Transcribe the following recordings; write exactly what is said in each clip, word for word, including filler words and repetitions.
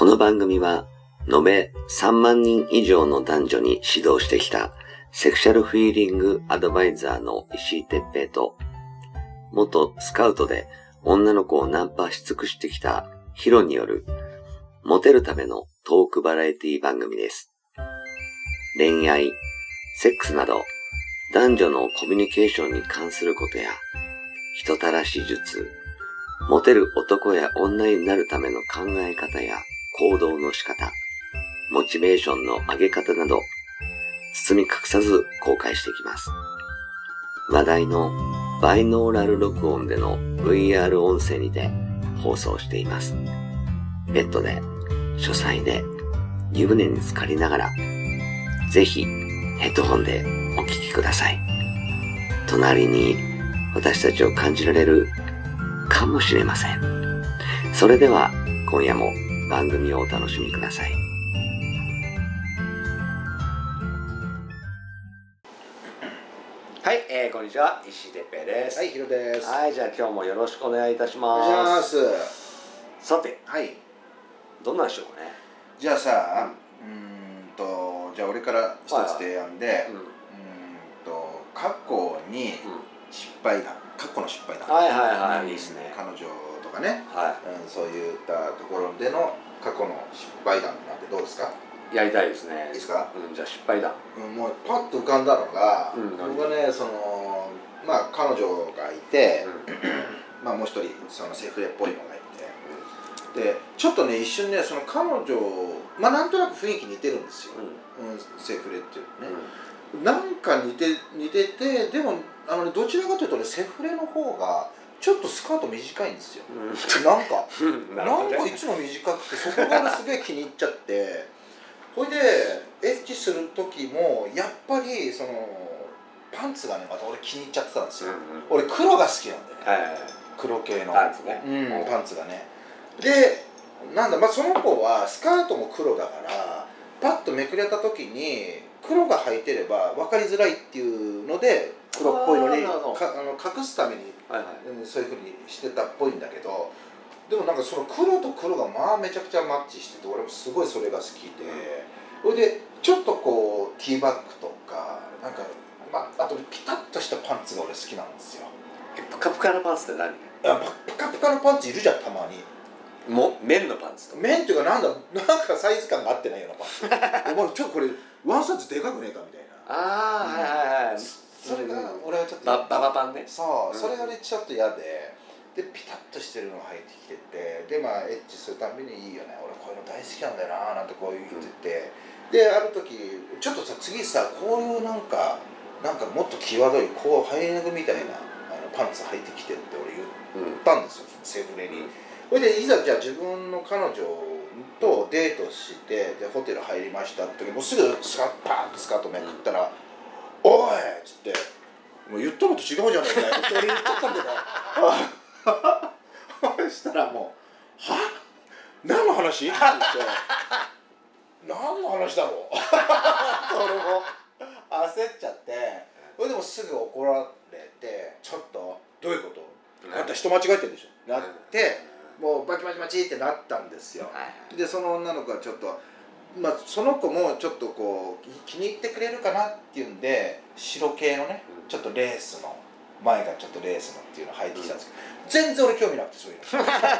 の番組は延べさんまんにん以上の男女に指導してきたセクシャルフィーリングアドバイザーの石井哲平と、元スカウトで女の子をナンパし尽くしてきたヒロによるモテるためのトークバラエティ番組です。恋愛、セックスなど男女のコミュニケーションに関することや人たらし術、モテる男や女になるための考え方や行動の仕方、モチベーションの上げ方など包み隠さず公開していきます。話題のバイノーラル録音での ブイアール 音声にて放送しています。ベッドで、書斎で、湯船に浸かりながら、ぜひヘッドホンでお聞きください。隣に私たちを感じられるかもしれません。それでは今夜も番組をお楽しみください。はい、えー、こんにちは、石井哲平です。 はい、ヒロです。 はい、じゃあ今日もよろしくお願いいたします。 お願いします。 さて、 はい。 どんなんでしょうかね。 じゃあさ、うーんとじゃあ俺から一つ提案で、はいはい、うん、うーんと過去に失敗談、過去の失敗談。 はいはいはい、いいですね。 彼女とかね、 はい、 うん、そういったところでの過去の失敗談なんてどうですか？ やりたいですね。 いいですか？ うん、じゃあ失敗談。 うん、もうパッと浮かんだのが、うん、僕はね、そのまあ彼女がいて、うん、まあもう一人そのセフレっぽいのがいて、でちょっとね一瞬ねその彼女まあなんとなく雰囲気似てるんですよ、うんうん、セフレっていうのね、うん、なんか似て似ててでもあの、ね、どちらかというとねセフレの方がちょっとスカート短いんですよ、うん、なんかなんかいつも短くてそこがすげえ気に入っちゃってほいでエッチする時もやっぱりそのパンツがねまた俺気に入っちゃってたんですよ、うんうん、俺黒が好きなんでね、はいはいはい、黒系のパンツね、 うん、パンツがねでなんだまあその子はスカートも黒だからパッとめくれた時に黒が履いてれば分かりづらいっていうので黒っぽいのにかあの隠すために、はいはい、そういう風にしてたっぽいんだけどでもなんかその黒と黒がまあめちゃくちゃマッチしてて俺もすごいそれが好きでそれでちょっとこうティーバッグとかなんか、まあ、あとピタッとしたパンツが俺好きなんですよ。 プカプカのパンツって何？ いやプカプカのパンツいるじゃんたまに。 も綿のパンツとか綿っていうかなんだなんかサイズ感が合ってないようなパンツお前ちょっとこれワンサイズでかくねえかみたいなああ、うん、はいはいはい、 それが俺はちょっとバババパンねそう、うん、それがねちょっと嫌ででピタッとしてるのが入ってきててでまあエッチするたびにいいよね俺こういうの大好きなんだよななんてこう言ってて、うん、である時ちょっとさ次さこういうなんかなんかもっと際どいこうハイネグみたいなあのパンツ履いてきてって俺言ったんですよ、うん、セフレに。それでいざじゃあ自分の彼女とデートしてでホテル入りましたって時もうすぐスカッパーンとスカートめくったら「おい!」っつって「もう言ったのと違うじゃないかよ」って俺言っちゃったんだけどそしたらもう「は？何の話?」って言って「何の話だろう?」俺も焦っちゃってそれでもすぐ怒られて「ちょっとどういうこと?」あんた人間違えてるでしょなってもうバチバチバチってなったんですよ、はい、でその女の子はちょっとまあその子もちょっとこう気に入ってくれるかなっていうんで白系のねちょっとレースの前がちょっとレースのっていうの入ってきたんですけど、うん、全然俺興味なくてそういうの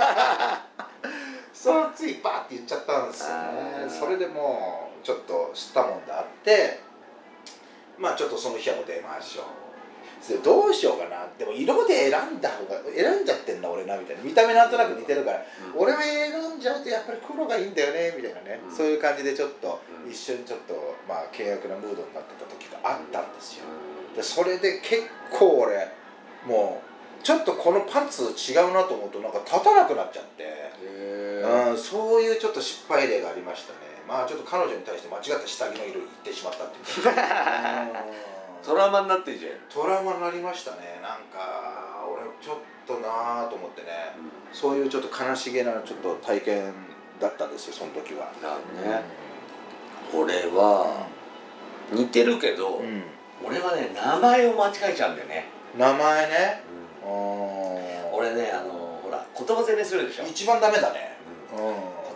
そのついバーって言っちゃったんですよね。それでもうちょっと吸ったもんであってまあちょっとその日はもう出ましょうどうしようかなでも色で選んだ方が選んじゃってんだ俺なみたいな見た目なんとなく似てるから、うん、俺は選んじゃうとやっぱり黒がいいんだよねみたいなね、うん、そういう感じでちょっと、うん、一瞬ちょっとまあ険悪なムードになってた時があったんですよ、うん、でそれで結構俺もうちょっとこのパンツ違うなと思うとなんか立たなくなっちゃって、うん、そういうちょっと失敗例がありましたね。まあちょっと彼女に対して間違った下着の色言ってしまったっていうトラウマになってんじゃん。 トラウマになりましたね。なんか俺ちょっとなぁと思ってね、うん、そういうちょっと悲しげなちょっと体験だったんですよその時は。 なるね、うん、俺は、うん、似てるけど、うん、俺はね名前を間違えちゃうんだよね。 名前ね、 うん、俺ねあのほら言葉攻めするでしょ。 一番ダメだね、 うん、言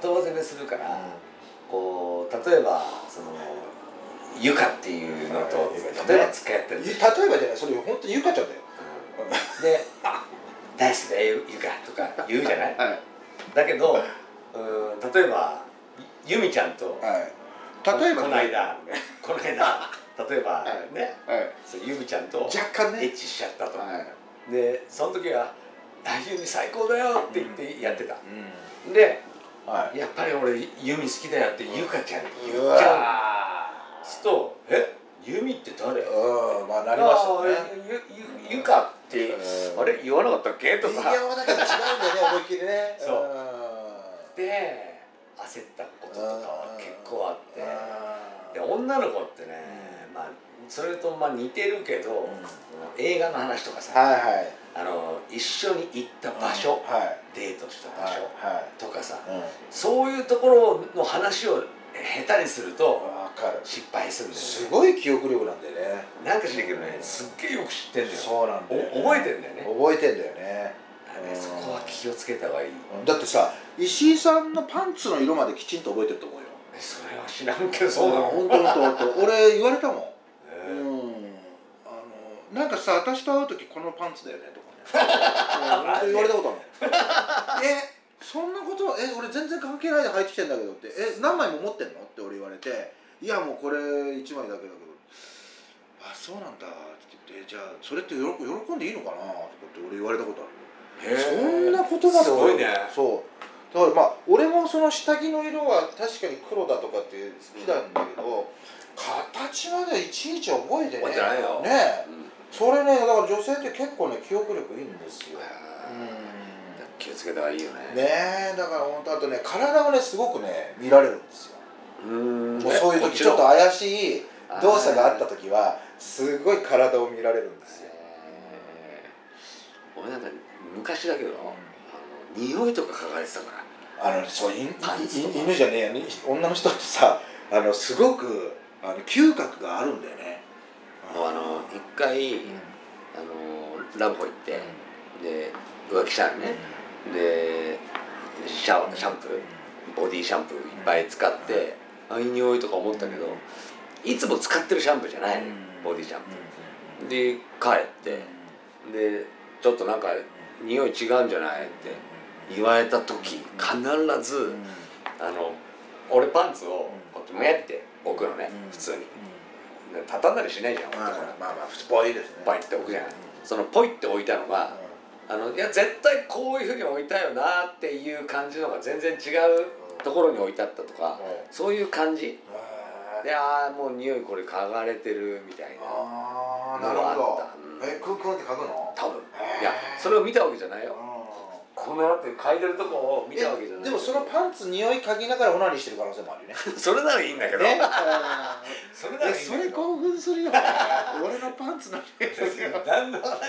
葉攻めするから、こう例えばそのゆかっていうのと例えばつっかやったり、 例えばじゃない、それ本当にゆかちゃんだよ。 で大好きだよゆかとか言うじゃない。だけど例えばゆみちゃんと例えばこの間この間例えばねゆみちゃんと若干ねエッチしちゃったと。でその時は「ゆみ最高だよ」って言ってやってた。でやっぱり俺ユミ好きだよってゆかちゃんって言っちゃう。すると「えユミって誰？」 うん、まあなりますよね。 ゆゆかってあれ言わなかったっけとか。 言わなかったら違うんだよね、思いっきりね。 そう。で焦ったこととかは結構あって、で女の子ってね、まあそれとまあ似てるけど、映画の話とかさ、あの一緒に行った場所、デートした場所とかさ、そういうところの話を下手にすると失敗するんだよね。 すごい記憶力なんだよね。 なんか知らんけどね、すっげえよく知ってんだよ。 そうなんだよ。 覚えてんだよね。 覚えてんだよね。 そこは気をつけた方がいい。 だってさ、石井さんのパンツの色まできちんと覚えてると思うよ。 それは知らんけど、そうなの。 本当本当本当。俺言われたもん。うん。あのなんかさ、私と会う時このパンツだよねとかね。本当言われたことある。え、そんなことえ俺全然関係ないで履いてきてんだけどって、え何枚も持ってんのって俺言われて、いやもうこれいちまいだけだけど、あそうなんだって言って、じゃあそれって喜んでいいのかなとかって俺言われたことある。そんな言葉すごいね。 そうだからまあ俺もその下着の色は確かに黒だとかって好きなんだけど、形までいちいち覚えてね覚えてないよね。それね、だから女性って結構ね記憶力いいんですよ。 気をつけた方がいいよね。 ねえ、だから本当あとね体をねすごくね見られるんですよ。もうそういう時ちょっと怪しい動作があった時はすごい体を見られるんですよ。 俺なんか昔だけど、あの匂いとか嗅がれてたから。 あのそう犬じゃねえ女の人ってさ、あのすごくあの嗅覚があるんだよね。 もうあの一回、あのラブホ行って、で浮気したのね。でシャシャンプーボディシャンプーいっぱい使って、ああいう匂いとか思ったけど、いつも使ってるシャンプーじゃないの、ボディシャンプーで帰ってでちょっとなんか匂い違うんじゃないって言われた時、必ずあの俺パンツをこうやってめって置くのね、普通に畳んだりしないじゃん。 まあまあ普通ポイですね。 ポイって置くじゃない。そのポイって置いたのが、あのいや絶対こういうふうに置いたよなっていう感じのが全然違うところに置いてあったとか、そういう感じで、ああもう匂いこれ嗅がれてるみたいなのがあった。 え、クンクンって嗅ぐの？ 多分。いやそれを見たわけじゃないよ。このやって嗅いでるとこを見たわけじゃない。 でもそのパンツ匂い嗅ぎながらオナニーしてる可能性もあるよね。 それならいいんだけど。それならいいんだけど。 それ興奮するよ。俺のパンツの匂いですよ。 何の話？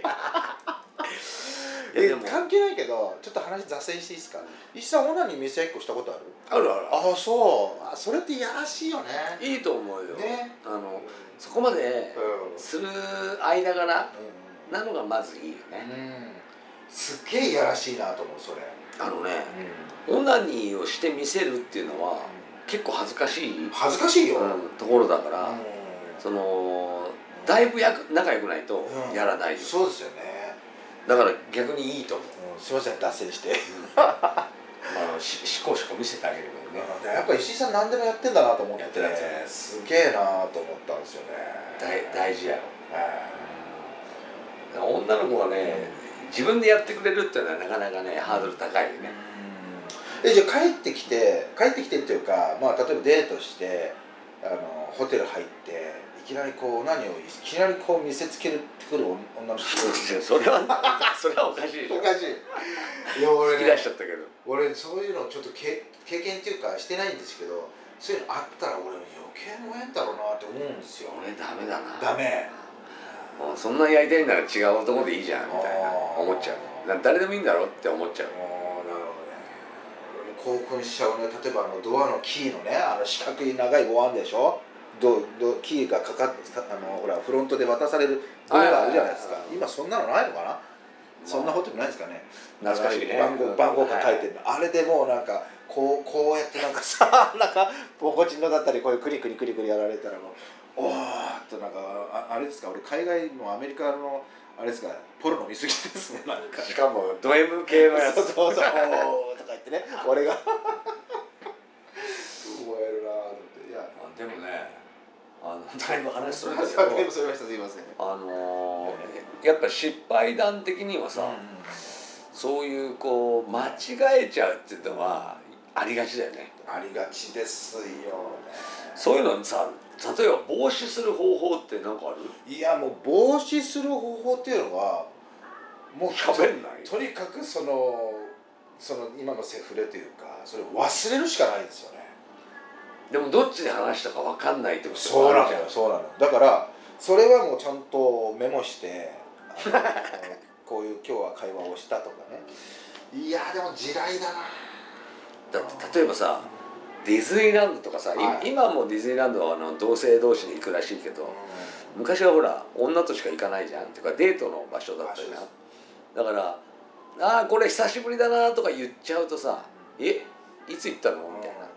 え関係ないけどちょっと話脱線していいですか。石さんオナニー見せ合いっこしたことある？ あるある。 ああそう。それっていやらしいよね。 いいと思うよ。 ね。 あのそこまでする間柄なのがまずいいよね。 すっげえいやらしいなと思うそれ。 あのね、オナニーをして見せるっていうのは結構恥ずかしい恥ずかしいよところだから、そのだいぶ仲良くないとやらないよ。 そうですよね。 だから逆にいいと思う。 すいません脱線して。 しこしこ見せてあげるけどね。 やっぱ石井さん何でもやってんだなと思って、すげえなと思ったんですよね。 大事やろ。女の子はね、自分でやってくれるっていうのはなかなかねハードル高いよね。 えじゃあ帰ってきて帰ってきてっていうか、まあ例えばデートしてあのホテル入っていきなりこう何をいきなりこう見せつけるくる女の人それはそれはおかしい。 おかしい。いや俺ね、 引き出しちゃったけど。 俺そういうのちょっと経験っていうかしてないんですけど、そういうのあったら俺余計燃えんだろうなって思うんですよ。 俺ダメだな。 ダメ。 そんなやりたいなら違う男でいいじゃんみたいな思っちゃう。誰でもいいんだろって思っちゃう。 ああなるほどね。興奮しちゃうね。例えばあのドアのキーのね、あの四角い長い棒あるでしょ。ドドキーがかかってあのほらフロントで渡されるドアがあるじゃないですか。今そんなのないのかな。 そんなホテルないですかね。 懐かしいね。 番号番号が書いてるの、はい、あれでもうなんかこうこうやってなんかさなんかポコチンのだったりこういうクリクリクリクリやられたらもうおーっとなんか あ, あれですか、俺海外のアメリカのあれですか、ポルノ見すぎですね。なんかしかもド M 系のやつそうそうそうおーとか言ってね俺が覚えるなーって。いやでもね、あのだいぶ話それたけどだいぶそれました、すいません。 あのー、やっぱ失敗談的にはさ、うんうん、そういうこう間違えちゃうっていうのはありがちだよね。 ありがちですよね。 そういうのさ、例えば防止する方法って何かある？ いやもう防止する方法っていうのはもう喋んない。 とにかくそのその今のセフレというかそれを忘れるしかないですよね。 でもどっちで話したか分かんないってことそうなのよ、そうなの。だからそれはもうちゃんとメモしてこういう今日は会話をしたとかね。いやでも地雷だな。 だって例えばさ、ディズニーランドとかさ、はい、今もディズニーランドはあの同性同士で行くらしいけど、うん、昔はほら女としか行かないじゃんっていうかデートの場所だったじゃん。だから「ああこれ久しぶりだな」とか言っちゃうとさ「えいつ行ったの?」みたいな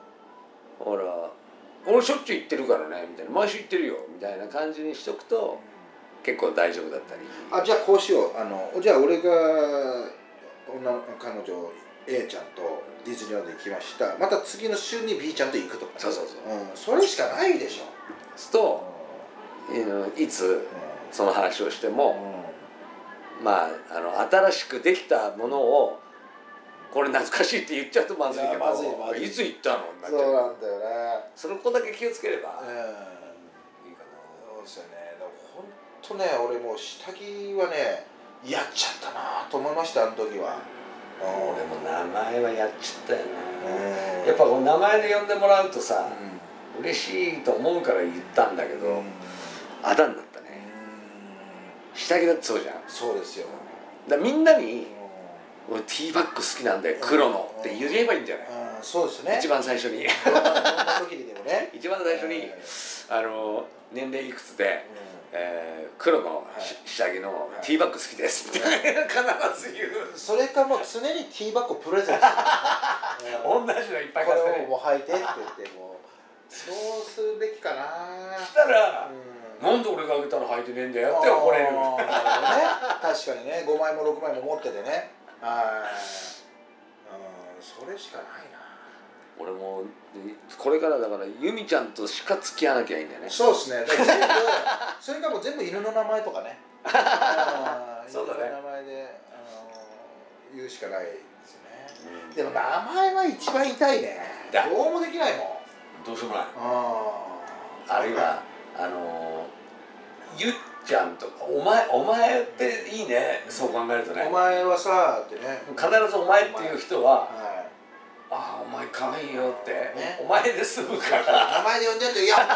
「ほら俺しょっちゅう行ってるからね」みたいな「毎週行ってるよ」みたいな感じにしとくと結構大丈夫だったり。 あ、じゃあこうしよう。あのじゃあ俺が女の彼女A ちゃんとディズニーランド行きました。また次の週に B ちゃんと行くとか、ね、 そうそうそう、 うん、それしかないでしょ。 すと、うん、いつその話をしても、うん、まああの新しくできたものをこれ懐かしいって言っちゃうとまずいけど、 まずいまずい、 いつ行ったのなっちゃう。 そうなんだよね。 その子だけ気をつければ、うん、いいかな。 そうですよね。でも本当ね、俺もう下着はねやっちゃったなと思いました、あの時は。 俺も名前はやっちゃったよな。やっぱこう名前で呼んでもらうとさ、うん、嬉しいと思うから言ったんだけど、うん、あだになったね。下着だってそうじゃん。 そうですよ。 だからみんなに、うん、俺ティーバッグ好きなんだよ、黒のって言えばいいんじゃない？ うん、そうですね。 一番最初にどんな時にでもね一番最初に、あの年齢いくつで、えー、黒の、はい、下着のティーバッグ好きですみたいな必ず言う。 それかもう常にティーバッグをプレゼントする、 ね、同じのいっぱい買って、ね、 これをもう履いてって言ってもそうするべきかな。 したら、うん、なんで俺があげたら履いてねえんだよって怒れる。ね、 確かにね、ごまいもろくまいも持っててね。はい、うん、それしかないな。 俺もこれからだから由美ちゃんとしか付き合わなきゃいいんだよね。 そうですね。全部それかもう全部犬の名前とかね。 そうだね。 犬の名前であの言うしかないですね。うん、でも名前は一番痛いね。どうもできないもん。 どうしようもない。あるいはあのゆっちゃんとかお前お前っていいね。そう考えるとね。 お前はさってね。 必ずお前っていう人は。ああお前可愛いよって、ね、お前で済むから名前で呼んでって「いやお前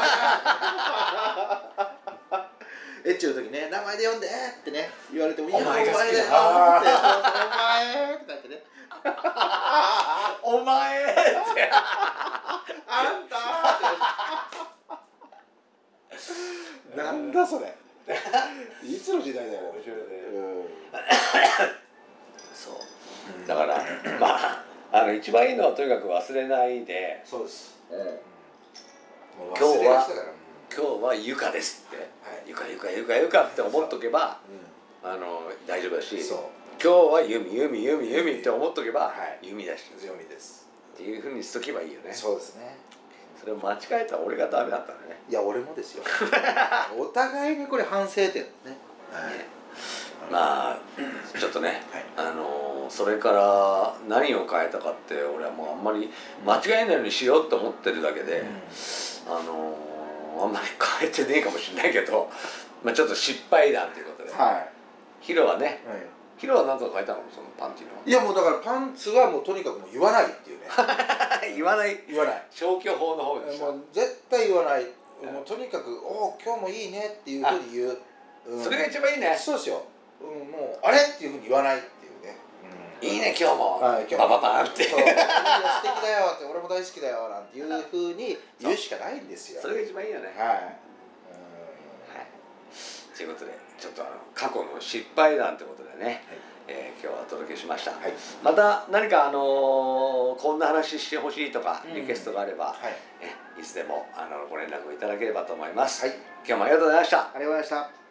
か」エッチの時ね「名前で呼んで」ってね言われても「いやお前が好きだ」って「お前」って言ってね 「お前」って 「あんた」ってなんだそれいつの時代だよ。面白いね。 そうだからまああの一番いいのはとにかく忘れないで。 そうです。うん、 今日は今日はゆかですって、はい、ゆかゆかゆかゆかって思っとけば、うん、あの大丈夫だし、今日はゆみゆみゆみゆみって思っとけば、はい、ゆみだしゆみですっていうふうにしとけばいいよね。 そうですね。 それを間違えたら俺がダメだったんだね。 いや俺もですよ。お互いにこれ反省点ね。はい、 ねまあちょっとね、はい、あのそれから何を変えたかって俺はもうあんまり間違えないようにしようと思ってるだけで、うん、あのあんまり変えてねえかもしれないけど、まあちょっと失敗談ということで、 はい、 ヒロはね、はい、ヒロは何か変えたのそのパンティの。 いやもうだからパンツはもうとにかくもう言わないっていうね。 言わない言わない。 消去法の方でした。 もう絶対言わない。もうとにかくおお今日もいいねっていうふうに言う。 うん、それが一番いいね。 そうですよ。うん、もうあれっていうふうに言わないっていうね。 うん、いいね今日も。はい、今日も。バババンって。 そう。素敵だよって俺も大好きだよなんていうふうに言うしかないんですよ。 それが一番いいよね。 はい。はい。 ということでちょっとあの過去の失敗談ということでね、 えー、今日はお届けしました、 はい、 また何かあのー、こんな話してほしいとかリクエストがあれば、 うん、はい、 えいつでもあのご連絡をいただければと思います、 はい、 今日もありがとうございました。 ありがとうございました。